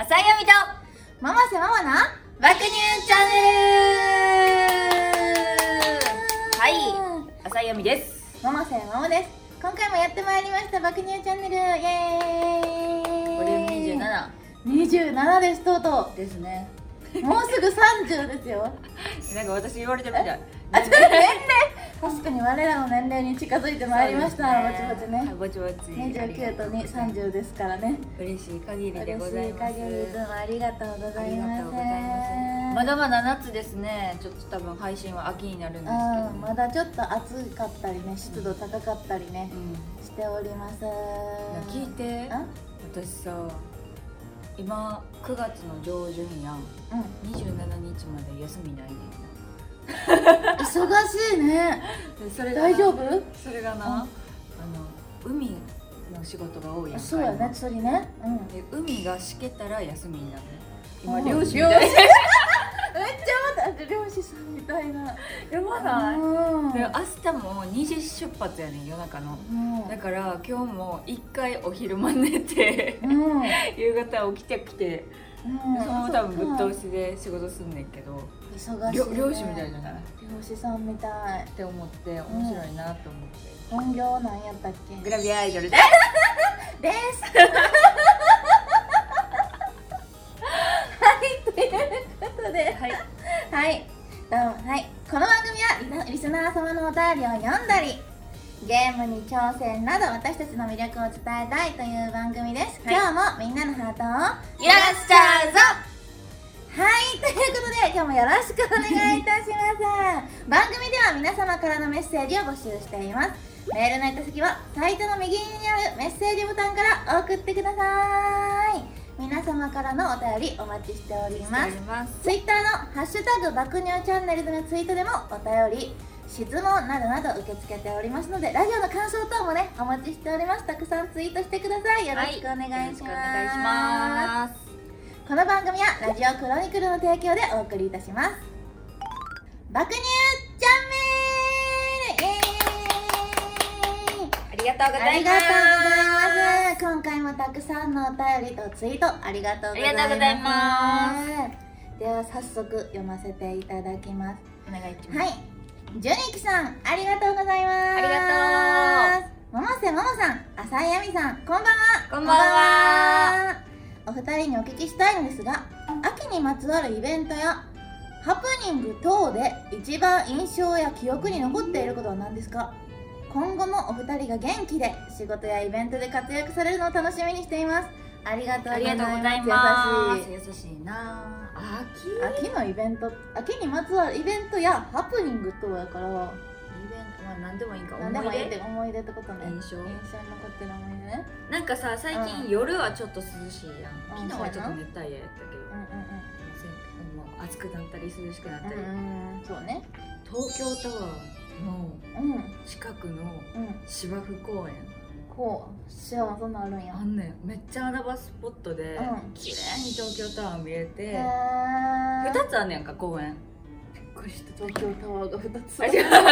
浅井亜美とママせママな爆乳チャンネル。はい、浅井亜美です。 ママせママです。今回もやってまいりました爆乳チャンネル、イエーイ。 これ 27です。とうと 27ですね。 うもうすぐ30ですよ。 なんか私言われてるみたい。 あ、ちょっと年齢確かに我らの年齢に近づいてまいりました。ぼちぼちね。 ぼちぼち。 29と30ですからね。 嬉しい限りでございます。 嬉しい限りいつもありがとうございます。 まだまだ夏ですね。ちょっと多分配信は秋になるんですけど、 まだちょっと暑かったりね、湿度高かったりね、しております。 聞いて、私さ、今9月の上旬やん、27日まで休みないねんな。 忙しいね。 それ大丈夫？ それがな、海の仕事が多いやんか。 そうやね、釣りね。 で海がしけたら休みになる。今漁師みたいな。めっちゃまだ漁師さんみたいな。 やばない？で明日も2時出発やねん、夜中の。だから今日も1回お昼間寝て、夕方起きてきて、そのまま多分ぶっ通しで仕事すんねんけど、 忙しいね。 漁師みたいじゃない？ 漁師さんみたいって思って面白いなと思って。 本業なんやったっけ？ グラビアアイドルですですはい、ということで、はいどうも、はい、この番組はリスナー様のお便りを読んだりゲームに挑戦など私たちの魅力を伝えたいという番組です。今日もみんなのハートを揺らしちゃうぞ。 はい、ということで今日もよろしくお願いいたします番組では皆様からのメッセージを募集しています。メールの宛先はサイトの右にあるメッセージボタンから送ってください。皆様からのお便りお待ちしております。ツイッターのハッシュタグ爆乳チャンネルでのツイートでもお便り、質問などなど受け付けておりますので、ラジオの感想等もねお待ちしております。たくさんツイートしてください。よろしくお願いします。この番組はラジオクロニクルの提供でお送りいたします。爆乳チャンネル、イエーイ。 ありがとうございます。 ありがとうございます。今回もたくさんのお便りとツイートありがとうございます。では早速読ませていただきます。 お願いします。 はい、ジュニキさんありがとうございます。 ありがとう。 ママせママさん、浅井亜美さん、こんばんは。 こんばんは。 お二人にお聞きしたいのですが、秋にまつわるイベントやハプニング等で一番印象や記憶に残っていることは何ですか？今後もお二人が元気で仕事やイベントで活躍されるのを楽しみにしています。ありがとうございます。 優しいな。 秋のイベント、秋にまつわるイベントやハプニング等やから、 イベント、まあ何でもいいか。 何でもいいって思い出ってことね。 印象に残ってる思い出ね。 なんかさ、最近夜はちょっと涼しいやん。昨日はちょっと熱帯夜やったけど、暑くなったり涼しくなったり。 そうね。 東京タワーの近くの芝生公園。 こう、そんなんあるんや。 あんねん、めっちゃ穴場スポットで綺麗に東京タワー見えて、2つあんねんか公園。 びっくりした、東京タワーが2つ。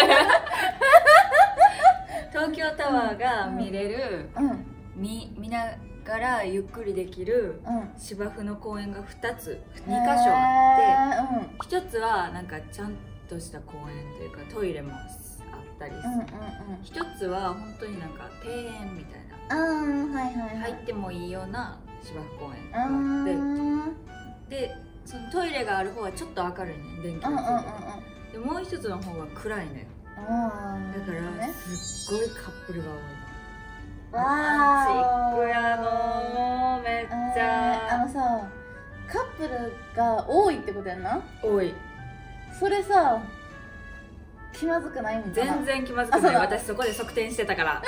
東京タワーが見れる、見ながらゆっくりできる芝生の公園が2箇所あって、1つはなんかちゃんとした公園というかトイレもあったりする。1つは本当になんか庭園みたいな、入ってもいいような芝生公園があって、でそのトイレがある方はちょっと明るいねん、電気がついてて、でもう1つの方は暗いのよ。だからすっごいカップルが多いの。ロマンチックやの、めっちゃ。 さ、カップルが多いってことやんな。 多い。 それさ、気まずくないんかな。 全然気まずくない。私そこで側転してたから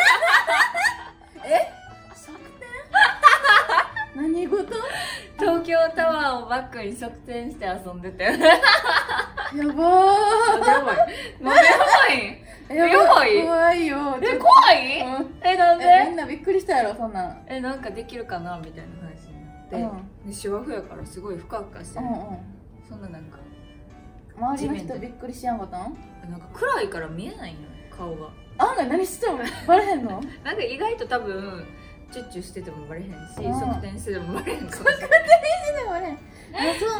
側転何事？ 東京タワーをバックに側転して遊んでたよね。 やばー。 やばい。やばい。 怖いよ。 怖い？なんで？ みんなびっくりしたやろ、そんなん。 なんかできるかなみたいな話になって、で芝生やからすごいふかふかしてる。そんななんか周りの人びっくりしやんかったん？ なんか暗いから見えないのよ、顔が。 案外何してもバレへんの？ なんか意外と多分チュッチュしててもバレへんし、側転しててもバレへんかもしれない。 側転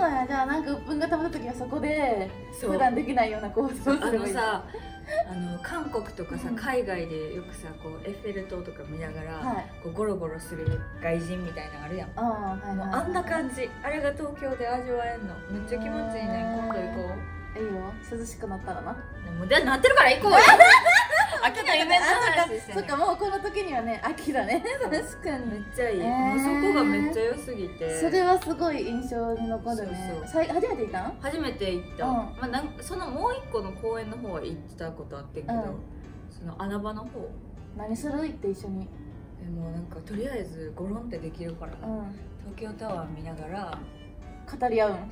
なんや。じゃあなんか鬱憤が溜まった時はそこで普段できないような行動をすればいい。 さ韓国とかさ、海外でよくさこうエッフェル塔とか見ながら、こうゴロゴロする外人みたいなのあるやん。あんな感じ、あれが東京で味わえんのめっちゃ気持ちいいね。今度行こう。 いいよ、涼しくなったらな。 もうなってるから行こうよ。秋のイベントの話してんねん。 そっか、もうこの時にはね、秋だね。確かにめっちゃいい。もうそこがめっちゃ良すぎて、 それはすごい印象に残るね。初めて行ったの？ 初めて行った。まあそのもう一個の公園の方は行ったことあってんけど、その穴場の方何する？行って一緒に。 もうなんかとりあえずゴロンってできるから、東京タワー見ながら語り合うん。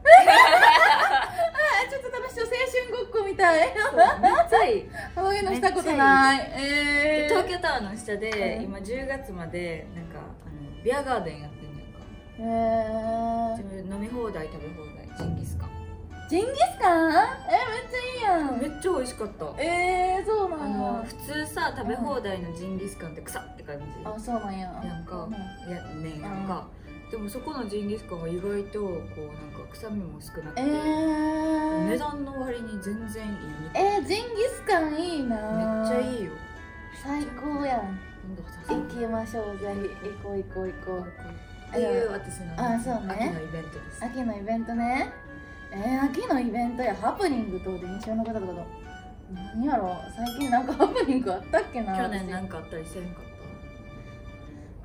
ちょっと楽しそう、青春ごっこみたい。めっちゃいい。 そういうのしたことない。 東京タワーの下で今10月までなんかビアガーデンやってんねんか。飲み放題食べ放題、ジンギスカン。 ジンギスカン？めっちゃいいやん。 めっちゃ美味しかった。 そうなんや。 普通さ食べ放題のジンギスカンって臭って感じ。 あ、そうなんや。 なんかやんか。でもそこのジンギスカンは意外とこうなんか臭みも少なくて、値段の割に全然いい。 ジンギスカンいいな。 めっちゃいいよ。 最高やん。行きましょう、ぜひ。行こうっていう私の秋のイベントです。 秋のイベントね。秋のイベントやハプニング等で印象の方ってこと。何やろ、最近なんかハプニングあったっけな。 去年なんかあったりせんかった？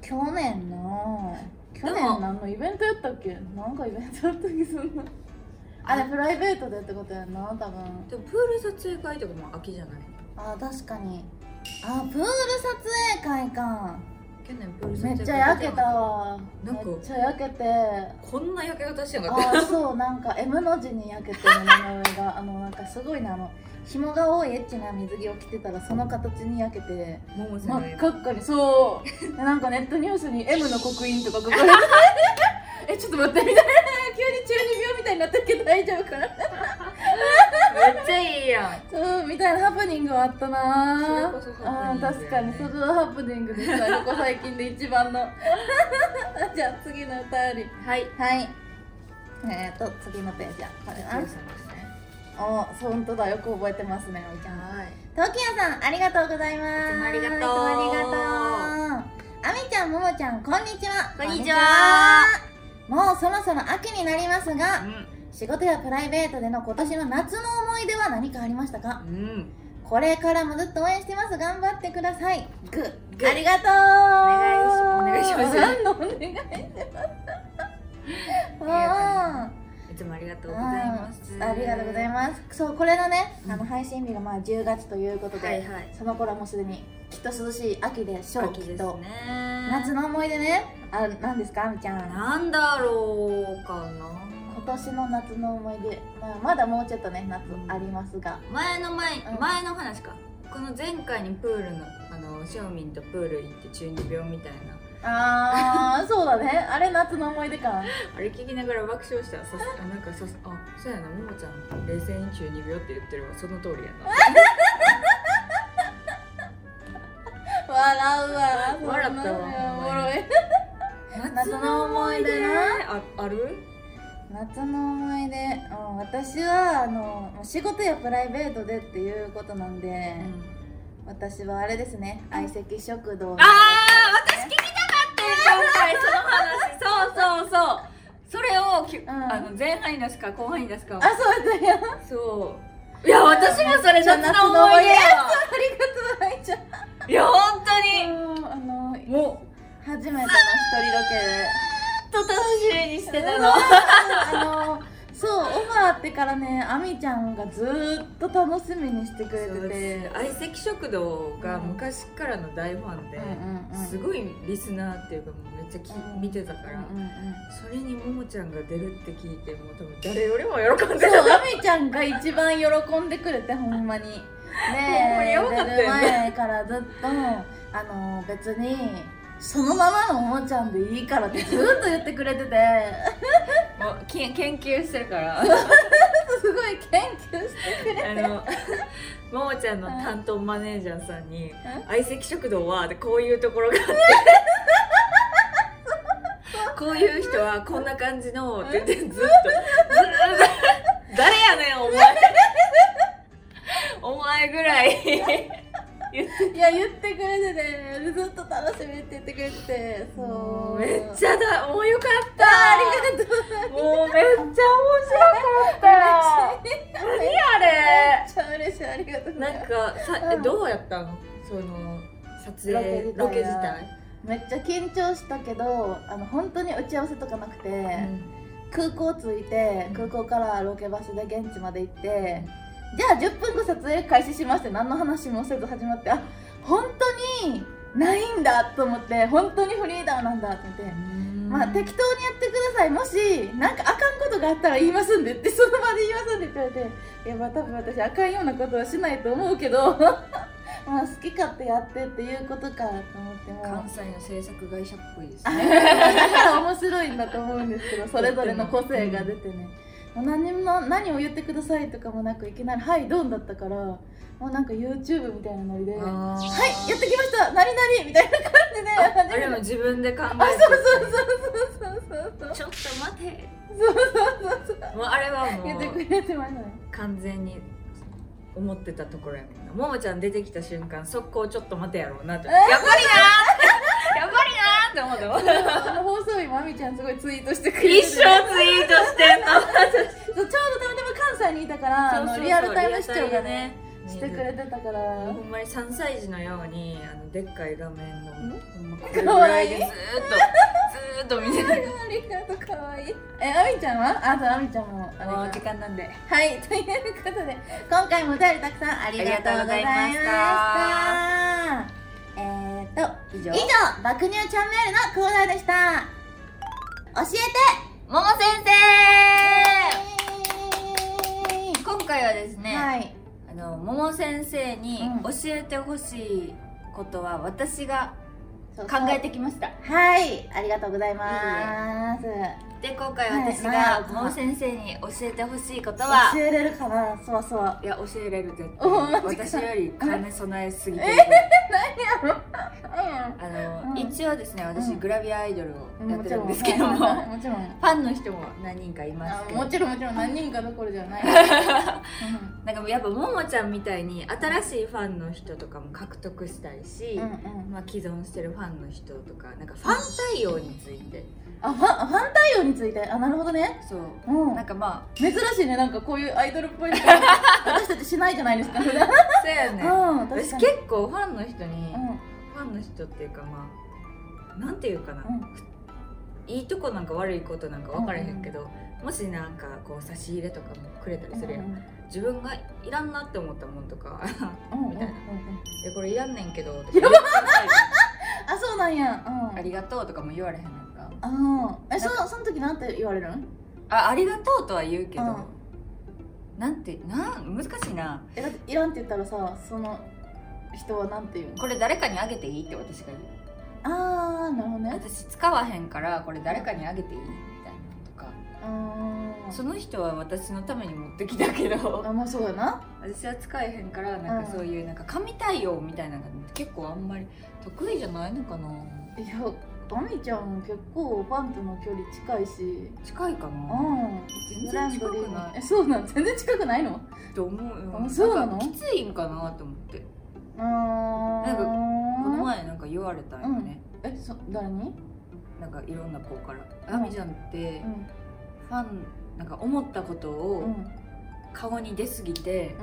去年何のイベントやったっけ？なんかイベントやった気すんな。あれプライベートでってことやんな、多分。 でもプール撮影会とかも秋じゃない？ 確かに。プール撮影会か。 去年プール撮影会めっちゃ焼けたわ。めっちゃ焼けて。 こんな焼け方してなかった？ そう、なんか M の字に焼けてるの上がなんかすごいな、紐が多いエッチな水着を着てたらその形に焼けて真っ赤っかに。そうなんかネットニュースに M の刻印とか書かれてちょっと待ってみたいな、急に中二病みたいになってるけど大丈夫かな。 めっちゃいいやん。 そうみたいなハプニングはあったな。 それこそハプニングだよね。 確かにそれはハプニングでした。ここ最近で一番の。じゃあ次の歌り。 はい。 次のページはこれな。本当だ、よく覚えてますね、おいちゃん。トキヤさん、ありがとうございます。 ありがとう。 あみちゃん、ももちゃん、こんにちは。 こんにちは。 もうそろそろ秋になりますが、仕事やプライベートでの今年の夏の思い出は何かありましたか？これからもずっと応援してます。頑張ってください。グッ。ありがとう。 お願いします。 何のお願いします。 いつもありがとうございます。 ありがとうございます。そう、これのね、配信日が10月ということで、その頃はもうすでにきっと涼しい秋でしょう。きっと夏の思い出ね、何ですか、あみちゃん。 なんだろうかな。 今年の夏の思い出、まだもうちょっとね、夏ありますが、 前の話か。この前回にプールのしおみんとプール行って中二病みたいな。 そうだね。あれ夏の思い出か。 あれ聞きながら爆笑したらなんかそうやな、ももちゃん冷静に中二病って言ってるわ。その通りやな。 笑うわ。 笑ったわ。 おもろい。夏の思い出な。 ある？ 夏の思い出、私は仕事やプライベートでっていうことなんで、私はあれですね、相席食堂。 私聞きたかったよ、今回その話。そうそれを前半に出すか後半に出すか。 そうだったよ。 そう。いや、私もそれ夏の思い出やわ。 ありがとう、あいちゃん。 いや、本当にもう初めての一人ロケで楽しみにしてたの。 そう、オファーあってからね、あみちゃんがずーっと楽しみにしてくれてて、 相席食堂が昔からの大ファンで、すごいリスナーっていうかもうめっちゃ見てたから、それにももちゃんが出るって聞いて、もう多分誰よりも喜んでた。 そう、あみちゃんが一番喜んでくれて、ほんまに。で、出る前からずっと別にそのままのももちゃんでいいからってずっと言ってくれてて、 もう研究してるからすごい研究してくれて、 ももちゃんの担当マネージャーさんに「相席食堂はこういうところがあってここういう人はこんな感じのって言ってずっと誰やねんお前ぐらい言ってくれてね、ずっと楽しみって言ってくれてて、そうめっちゃもうよかった。 ありがとう。 もうめっちゃ面白かった何あれ。 めっちゃ嬉しい、ありがとう。 なんかどうやったのその撮影ロケ自体。 めっちゃ緊張したけど、本当に打ち合わせとかなくて、空港着いて空港からロケバスで現地まで行って、じゃあ10分後撮影開始しますって何の話もせず始まって、あ、本当にないんだと思って、本当にフリーダーなんだと思って、まあ適当にやってください、もしなんかあかんことがあったら言いますんでってその場で言いますんでって言われて、いやまあ多分私あかんようなことはしないと思うけどまあ好き勝手やってっていうことかと思っても、 関西の制作会社っぽいですねだから面白いんだと思うんですけど、それぞれの個性が出てね、もう何を言ってくださいとかもなく、いきなり「はいドン」だったから、もうなんか YouTube みたいなノリで「はいやってきました何々」みたいな感じで、 あれも自分で考えて、 そうちょっと待て、 そうもうあれはもう言ってくれてましたね。 完全に思ってたところやもんな。ももちゃん出てきた瞬間速攻ちょっと待てやろうなって、やっぱりなやっぱりなって思って放送日まみちゃんすごいツイートしてくれて、 一生ツイートしてんのちょうどたまたま関西にいたから、リアルタイム視聴がねしてくれてたから、 ほんまに3歳児のようにでっかい画面のほんまこれぐらいでずーっと見てる。 ありがとう、かわいい。あみちゃんは？そう、あみちゃんももう時間なんで、 はい、ということで今回もお便りたくさんありがとうございました。以上爆乳チャンネルのコーナーでした。教えてもも先生。今回はですね、 はい、 もも先生に教えてほしいことは私が考えてきました。 はい、ありがとうございます。 で、今回私がもも先生に教えてほしいことは、 教えれるかな。そうそう、 いや教えれる絶対。私より兼ね備えすぎてる。 何やろ一応ですね、私グラビアアイドルをやってるんですけども、 もちろんファンの人も何人かいますけど、 もちろん何人かどころじゃないなんかやっぱももちゃんみたいに新しいファンの人とかも獲得したいし、まあ既存してるファンの人とか、なんかファン対応について、 ファン対応について、なるほどね。 そう、なんかまあ珍しいね、なんかこういうアイドルっぽい私たちしないじゃないですか。そうやね。私結構ファンの人に、ファンの人っていうか、まあなんていうかな、いいとこなんか悪いことなんか分からへんけど、もしなんかこう差し入れとかもくれたりするやん、自分がいらんなって思ったもんとかみたいな、これいらんねんけどとか言ってあ、そうなんや、 ありがとうとかも言われへんのか。 その時なんて言われるん？ ありがとうとは言うけど、難しいな。 だっていらんって言ったらさ、その人はなんて言うの？ これ誰かにあげていいって私が言う。 なるほどね。 私使わへんからこれ誰かにあげていいみたいなとか、その人は私のために持ってきたけど、 まあそうやな。 私は使えへんから、なんかそういうなんか神対応みたいなのが結構あんまり得意じゃないのかな。 いや、あみちゃん結構ファンとの距離近いし。 近いかな。全然近くない。 そうなん？全然近くないの？ と思うよ。 そうなの？ きついんかなと思って。なんかこの前なんか言われたんよね。 誰に？ なんかいろんな子から「あみちゃんってファンなんか思ったことを顔に出すぎて、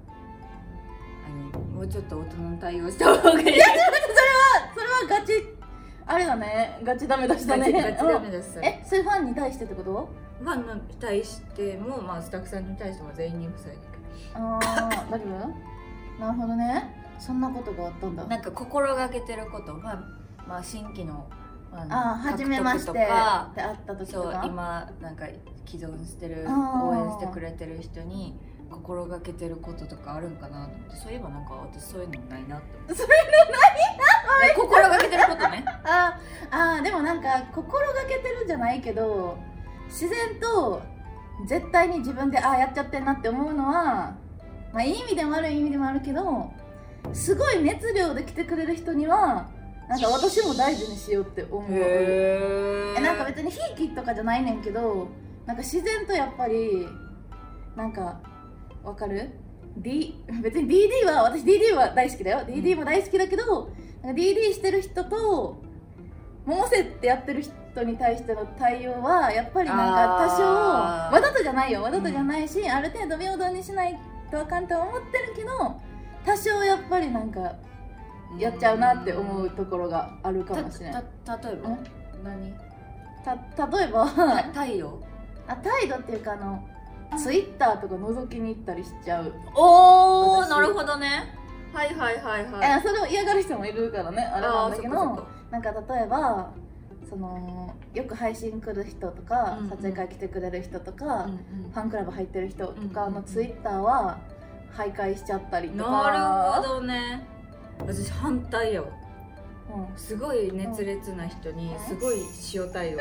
もうちょっと大人の対応した方がいい」。いやそれはガチあれだね、ガチダメ出したね。 ガチダメ出した。 そういうファンに対してってこと？ ファンに対しても、まあスタッフさんに対しても全員に不正だけど。 大丈夫？なるほどね。そんなことがあったんだ。 なんか心がけてること、まあ新規の初めましてで会った時とか、 そう今なんか既存してる応援してくれてる人に心がけてることとかあるんかなと思って、そういえばなんか私そういうのないなって思って。 そういうのないな。 心がけてることね。 でもなんか心がけてるんじゃないけど、自然と絶対に自分でやっちゃってんなって思うのは、まあいい意味でも悪い意味でもあるけど、すごい熱量で来てくれる人にはなんか私も大事にしようって思う。なんか別にひいきとかじゃないねんけど、なんか自然とやっぱりなんかわかる？別に DD は私 DD は大好きだよ。DD も大好きだけど、なんか DD してる人と百瀬ってやってる人に対しての対応はやっぱりなんか多少わざとじゃないよ、わざとじゃないし、ある程度平等にしないとあかんと思ってるけど、多少やっぱりなんかやっちゃうなって思うところがあるかもしれない。 例えば何？ 例えば態度？ 態度っていうかツイッターとか覗きに行ったりしちゃう。 おー、なるほどね。はいはいはいはい。 それを嫌がる人もいるからね、あれなんだけど、なんか例えばよく配信来る人とか、撮影会来てくれる人とか、ファンクラブ入ってる人とかのツイッターは徘徊しちゃったりとか。 なるほどね。私反対よ。すごい熱烈な人にすごい塩対応。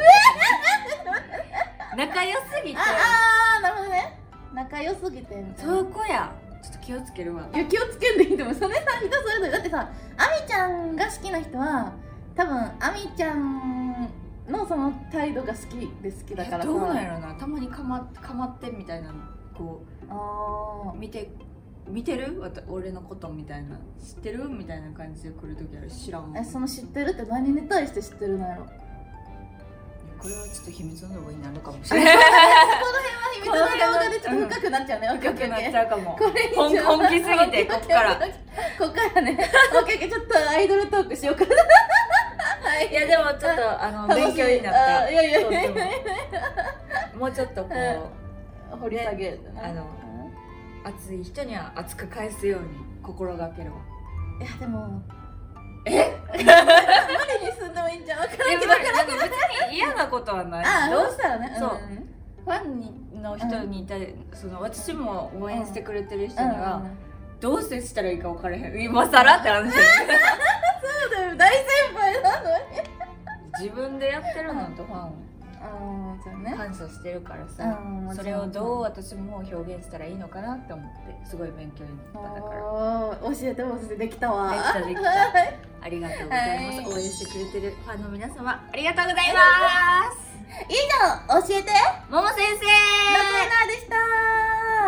仲良すぎて。 なるほどね。仲良すぎてみたいな。 そこや。ちょっと気をつけるわ。 いや気をつけんでいいと思う。それさ人それぞれだってさ、あみちゃんが好きな人は多分あみちゃんのその態度が好きで好きだからさ。 どうなんやろな。たまにかまってみたいなこう見てる？俺のことみたいな知ってる？みたいな感じで来る時ある。知らん。 その知ってるって何に対して知ってるのやろ。 これはちょっと秘密の動画になるかもしれない。 この辺は秘密の動画でちょっと深くなっちゃうね。 深くなっちゃうかも。 これ本気すぎてこっからね。オッケーちょっとアイドルトークしようかな。 いやでもちょっと勉強になった。 いやもうちょっとこう掘り下げ熱い人には熱く返すように心がけるわ。 いやでも無理にすんでもいいんじゃん。分からんけど別に嫌なことはない。 どうしたらね。 そうファンの人にいたり、私も応援してくれてる人にはどう接したらいいか分からへん。今更って話。 そうだよ、大先輩なのに。 自分でやってるのとファン感謝してるからさ、それをどう私も表現したらいいのかなって思ってすごい勉強になったから。 教えてほしい。できたわ。 できた。ありがとうございます。応援してくれてるファンの皆様ありがとうございます。 以上、教えてもも先生のコーナーでした。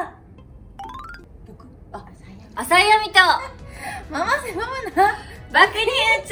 僕浅井亜美とママせママな爆乳チ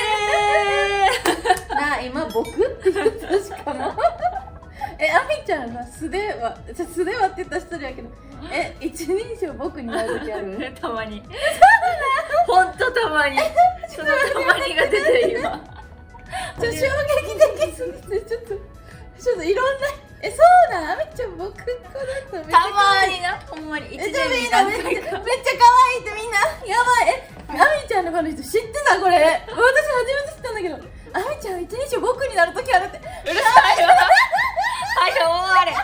ャンネルなあ、今僕って言ったしかもあみちゃんは素ではって言ったら失礼やけど、一人称僕になる時あるたまにほんとたまにそのたまにが出てる今衝撃的すぎてちょっといろんなそうだ、あみちゃん僕この人たまにな、ほんまに1年に何回かめっちゃ可愛いってみんなやばい。あみちゃんのこの人知ってた？これ私初めて知ったんだけど、あみちゃん一日僕になる時あるって。うるさいわはい終われ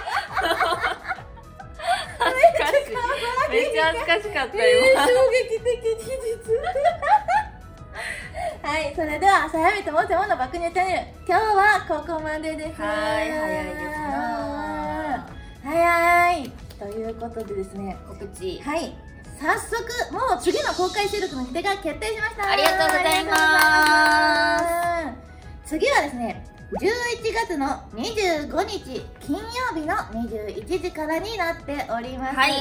めっちゃ恥ずかしかったよ。 衝撃的事実はい、それではさやみともせもの爆乳チャンネル、今日はここまでです。 はい、早いですな。 早いということでですね、 告知、 はい、早速もう次の公開収録の日程が決定しました。 ありがとうございます。 次はですね、11月の25日金曜日の21時からになっております。はい、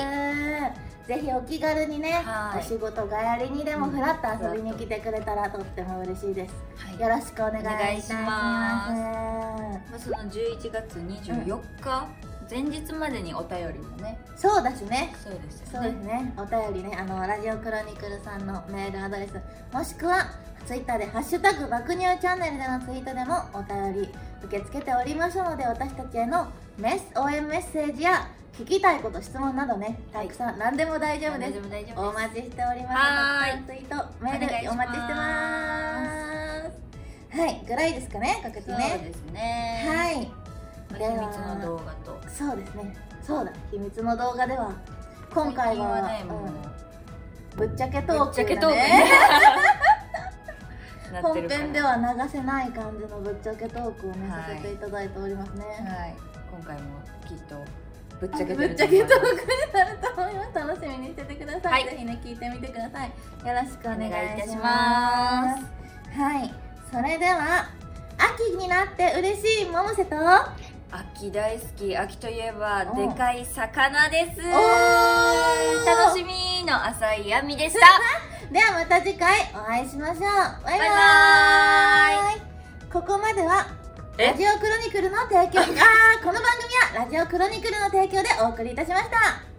ぜひお気軽にね、お仕事帰りにでもフラッと遊びに来てくれたらとっても嬉しいです。よろしくお願いいたします。 その11月24日、前日までにお便りもね。 そうですね。 そうですね。お便りね、ラジオクロニクルさんのメールアドレス、もしくはツイッターでハッシュタグ爆乳チャンネルでのツイートでもお便り受け付けておりますので、私たちへの応援メッセージや聞きたいこと、質問などね、たくさん何でも大丈夫です。お待ちしております。ツイート、メールお待ちしてます。はい、ぐらいですかね、告知ね。 そうですね。 はい。 秘密の動画と。 そうですね。そうだ、秘密の動画では今回はぶっちゃけトークだね。本編では流せない感じのぶっちゃけトークをね、させていただいておりますね。 はい、今回もきっとぶっちゃけトークになると思います。楽しみにしててください。ぜひね、聞いてみてください。よろしくお願いします。はい、 それでは秋になって嬉しい百瀬と秋大好き。秋といえばでかい魚です。楽しみの浅井亜美でした。 ではまた次回お会いしましょう。バイバーイ。 バイバここまではラジオクロニクルの提供この番組はラジオクロニクルの提供でお送りいたしました。